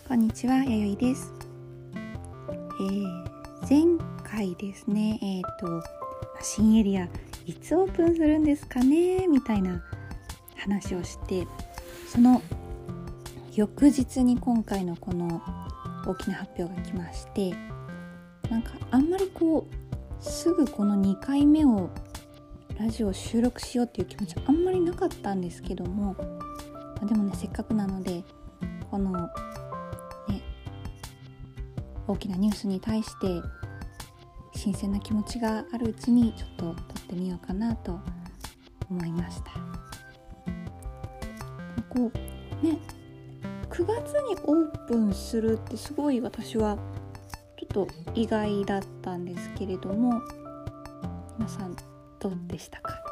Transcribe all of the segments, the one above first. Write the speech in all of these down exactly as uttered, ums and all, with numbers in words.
こんにちは、やよいです。えー、前回ですね、えっと新エリアいつオープンするんですかねみたいな話をして、その翌日に今回のこの大きな発表が来まして、なんかあんまりこうすぐこのにかいめをラジオを収録しようっていう気持ちあんまりなかったんですけども、でもね、せっかくなのでこのね大きなニュースに対して新鮮な気持ちがあるうちにちょっと撮ってみようかなと思いました。こうねくがつにオープンするってすごい私はちょっと意外だったんですけれども、皆さんどうでしたか？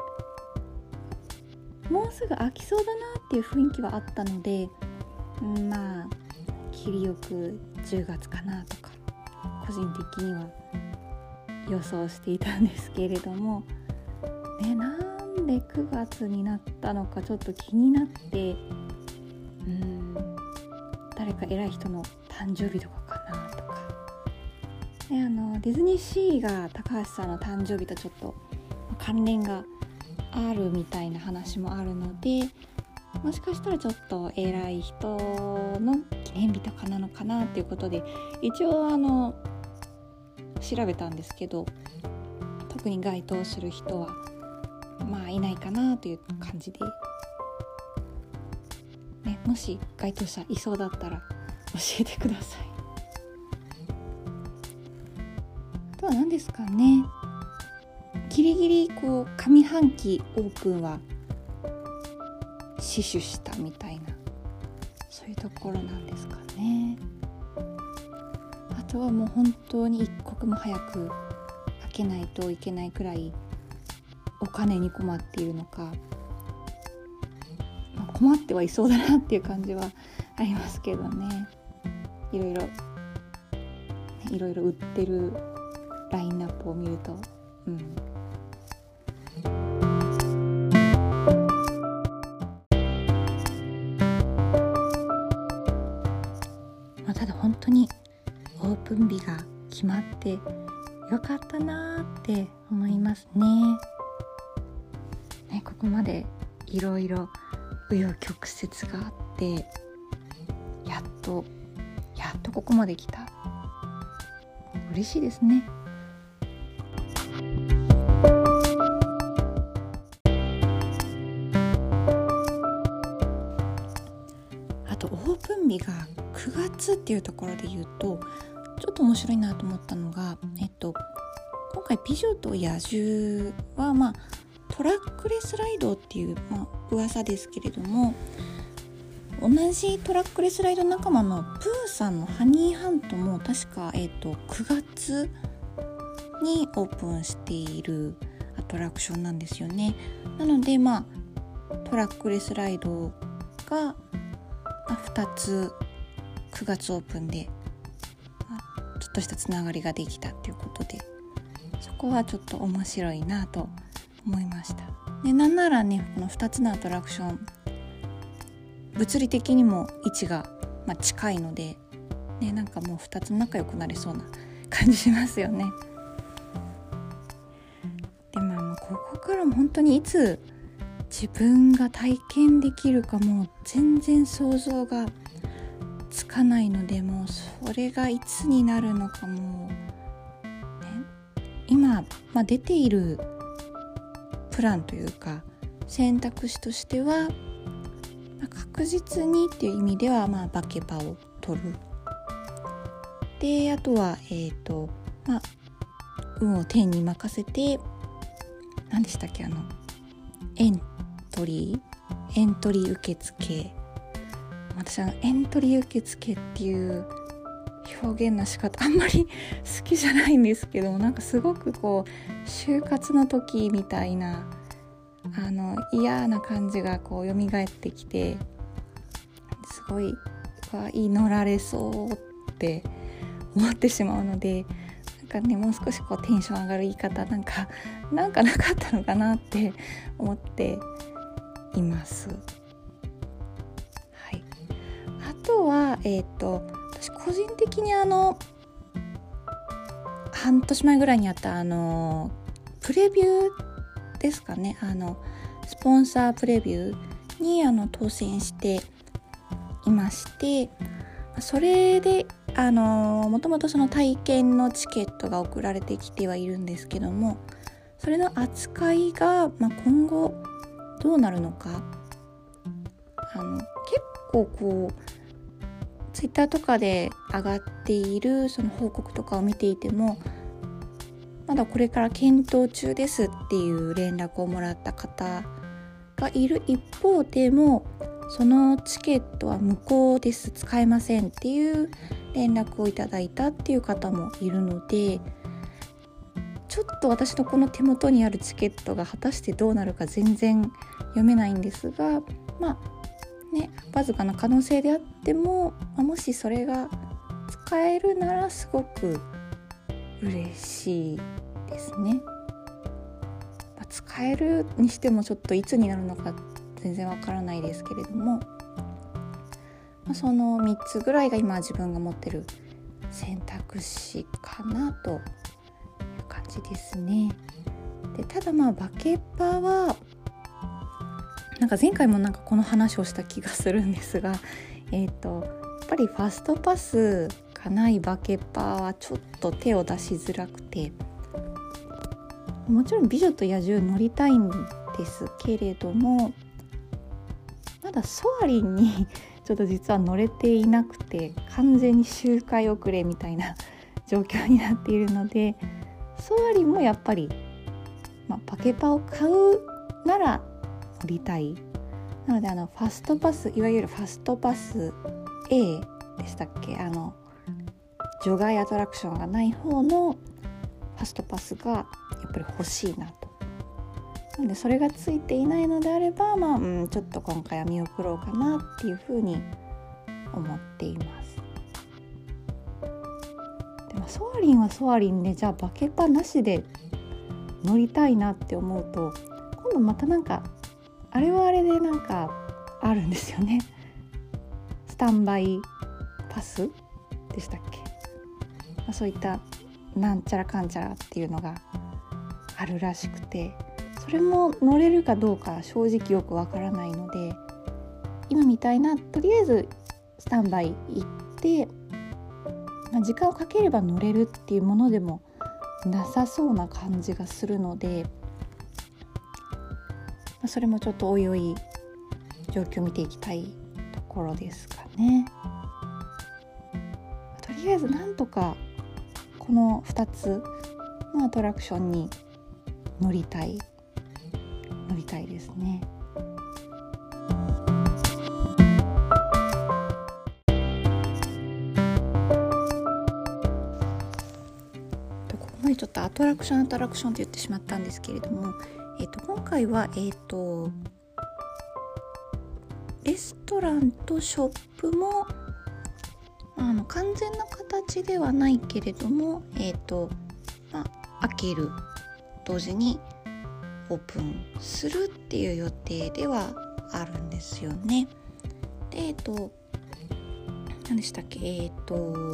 もうすぐ飽きそうだなっていう雰囲気はあったので、うん、まあ切りよくじゅうがつかなとか個人的には予想していたんですけれども、ね、なんでくがつになったのかちょっと気になって、うーん誰か偉い人の誕生日とかかなとか、であのディズニーシーが高橋さんの誕生日とちょっと関連があるみたいな話もあるので、もしかしたらちょっと偉い人の記念日とかなのかなっていうことで一応あの調べたんですけど、特に該当する人はまあいないかなという感じで、ね、もし該当者いそうだったら教えてください。あとは何ですかね、ギリギリこう上半期オープンは死守したみたいな、そういうところなんですかね。あとはもう本当に一刻も早く開けないといけないくらいお金に困っているのか、まあ、困ってはいそうだなっていう感じはありますけどね。いろいろいろいろ売ってるラインナップを見ると、うんまあ、ただ本当にオープン日が決まってよかったなって思いますね。ね、ここまでいろいろ紆余曲折があってやっとやっとここまで来た。嬉しいですね。あとオープン日がくがつっていうところで言うとちょっと面白いなと思ったのが、えっと今回美女と野獣はまあトラックレスライドっていう、まあ、噂ですけれども、同じトラックレスライド仲間のプーさんのハニーハントも確か、えっとくがつにオープンしているアトラクションなんですよね。なのでまあトラックレスライドがふたつくがつオープンでちょっとしたつながりができたっていうことで、そこはちょっと面白いなと思いました。でなんならね、このふたつのアトラクション物理的にも位置が、まあ、近いので、ね、なんかもうふたつ仲良くなれそうな感じしますよね。でまあもうここからも本当にいつ自分が体験できるかもう全然想像がつかないので、もうそれがいつになるのかもう、ね、今、まあ、出ているプランというか選択肢としては、まあ、確実にっていう意味では、まあ、バケパを取る。であとはえっとまあ運を天に任せて、何でしたっけ、あのエントリーエントリー受付、私はエントリー受付っていう表現の仕方あんまり好きじゃないんですけども、なんかすごくこう就活の時みたいなあの嫌な感じがこう蘇ってきて、すごい祈られそうって思ってしまうので、なんかね、もう少しこうテンション上がる言い方なんかなんかなかったのかなって思っています。はい。あとは、えーと、私個人的にあの半年前ぐらいにあったあのプレビューですかね、あのスポンサープレビューにあの当選していまして、それであのもともとその体験のチケットが送られてきてはいるんですけども、それの扱いが、まあ、今後どうなるのか、あの結構こうツイッターとかで上がっているその報告とかを見ていても、まだこれから検討中ですっていう連絡をもらった方がいる一方でも、そのチケットは無効です、使えませんっていう連絡をいただいたっていう方もいるので、ちょっと私のこの手元にあるチケットが果たしてどうなるか全然読めないんですが、まあね、わずかな可能性であっても、まあ、もしそれが使えるならすごく嬉しいですね。まあ、使えるにしてもちょっといつになるのか全然わからないですけれども、まあ、そのみっつぐらいが今自分が持ってる選択肢かなという感じですね。でただまあバケパはなんか前回もなんかこの話をした気がするんですが、えーと、やっぱりファストパスがないバケパはちょっと手を出しづらくて、もちろん美女と野獣乗りたいんですけれども、まだソアリンにちょっと実は乗れていなくて、完全に周回遅れみたいな状況になっているので、ソアリンもやっぱり、まあ、バケパを買うなら乗りたい。なのであのファストパス、いわゆるファストパス A でしたっけ、あの除外アトラクションがない方のファストパスがやっぱり欲しいなと。なのでそれがついていないのであれば、まあ、うん、ちょっと今回は見送ろうかなっていうふうに思っています。でもソアリンはソアリンで、じゃあバケパなしで乗りたいなって思うと、今度またなんかあれはあれでなんかあるんですよね。スタンバイパスでしたっけ、まあ、そういったなんちゃらかんちゃらっていうのがあるらしくて、それも乗れるかどうか正直よくわからないので、今みたいなとりあえずスタンバイ行って、まあ、時間をかければ乗れるっていうものでもなさそうな感じがするので、まあ、それもちょっとおいおい状況を見ていきたいところですかね。とりあえずなんとかこのふたつのアトラクションに乗りたい乗りたいですね。ここまでちょっとアトラクションアトラクションって言ってしまったんですけれども、えー、と今回は、えー、とレストランとショップもあの完全な形ではないけれども、えーとまあ、開ける同時にオープンするっていう予定ではあるんですよね。で、えっと何でしたっけ、えっと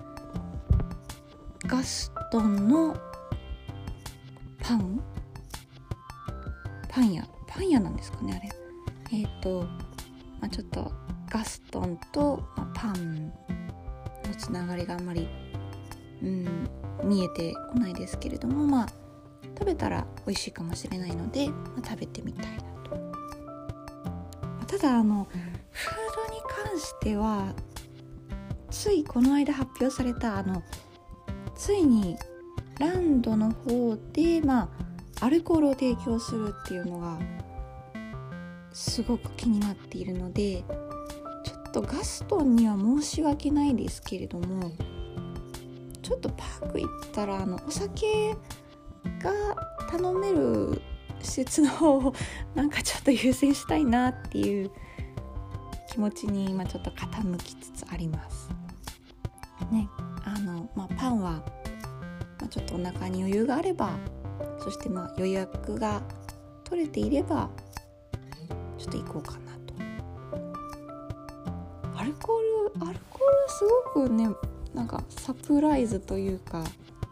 ガストンのパンパン屋パン屋なんですかね、あれ。えっと、まあ、ちょっとガストンと、まあ、パンのつながりがあんまり、うん、見えてこないですけれども、まあ食べたら美味しいかもしれないので、まあ、食べてみたいなと。まあ、ただあのフードに関してはついこの間発表されたあのついにランドの方で、まあ、アルコールを提供するっていうのがすごく気になっているので、ちょっとガストンには申し訳ないですけれども、ちょっとパーク行ったらあのお酒が頼める施設の方をなんかちょっと優先したいなっていう気持ちに今ちょっと傾きつつありますね。あの、まあ、パンは、まあ、ちょっとお腹に余裕があれば、そしてまあ予約が取れていればちょっと行こうかなと。アルコールアルコールすごくねなんかサプライズというか、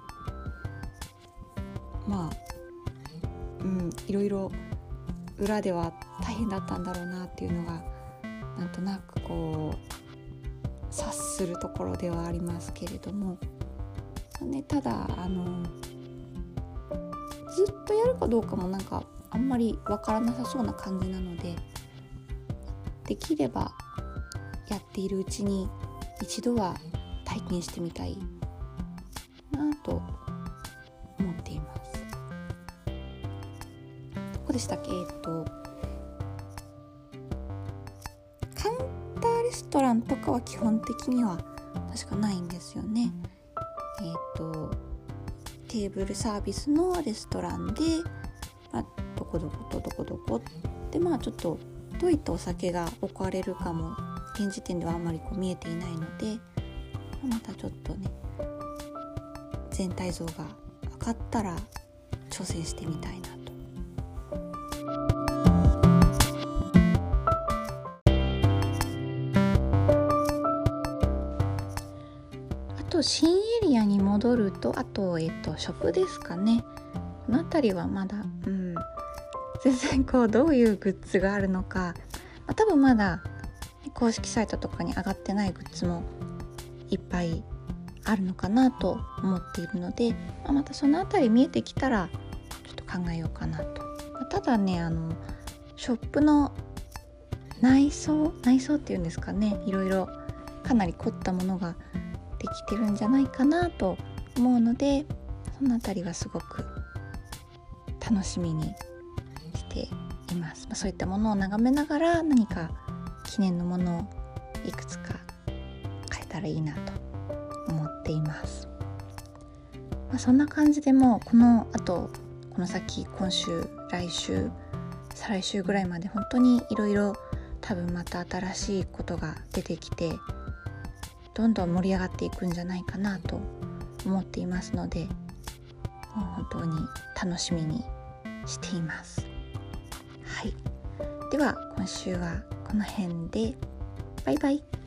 まあうんいろいろ裏では大変だったんだろうなっていうのがなんとなくこう察するところではありますけれども、ね、ただあのずっとやるかどうかもなんかあんまりわからなさそうな感じなので、できればやっているうちに一度は体験してみたいなと思っています。どこでしたっけ？えっとカウンターレストランとかは基本的には確かないんですよね。えっとテーブルサービスのレストランで、まあ、どこどことどこどこで、まあちょっとどういったお酒が置かれるかも現時点ではあんまりこう見えていないので、またちょっとね全体像が分かったら挑戦してみたいなと。あと新エリアに戻ると、あと、えっと、ショップですかね。この辺りはまだ、うん、全然こうどういうグッズがあるのか、まあ、多分まだ公式サイトとかに上がってないグッズもいっぱいあるのかなと思っているので、まあ、またそのあたり見えてきたらちょっと考えようかなと。まあ、ただねあのショップの内装内装っていうんですかね、いろいろかなり凝ったものができてるんじゃないかなと思うので、そのあたりはすごく楽しみにしています。まあ、そういったものを眺めながら何か記念のものをいくつか買えたらいいなと思っています。まあ、そんな感じでもうこのあとこの先今週来週再来週ぐらいまで本当にいろいろ多分また新しいことが出てきてどんどん盛り上がっていくんじゃないかなと思っていますので、もう本当に楽しみにしています。はい、では今週はこの辺でバイバイ。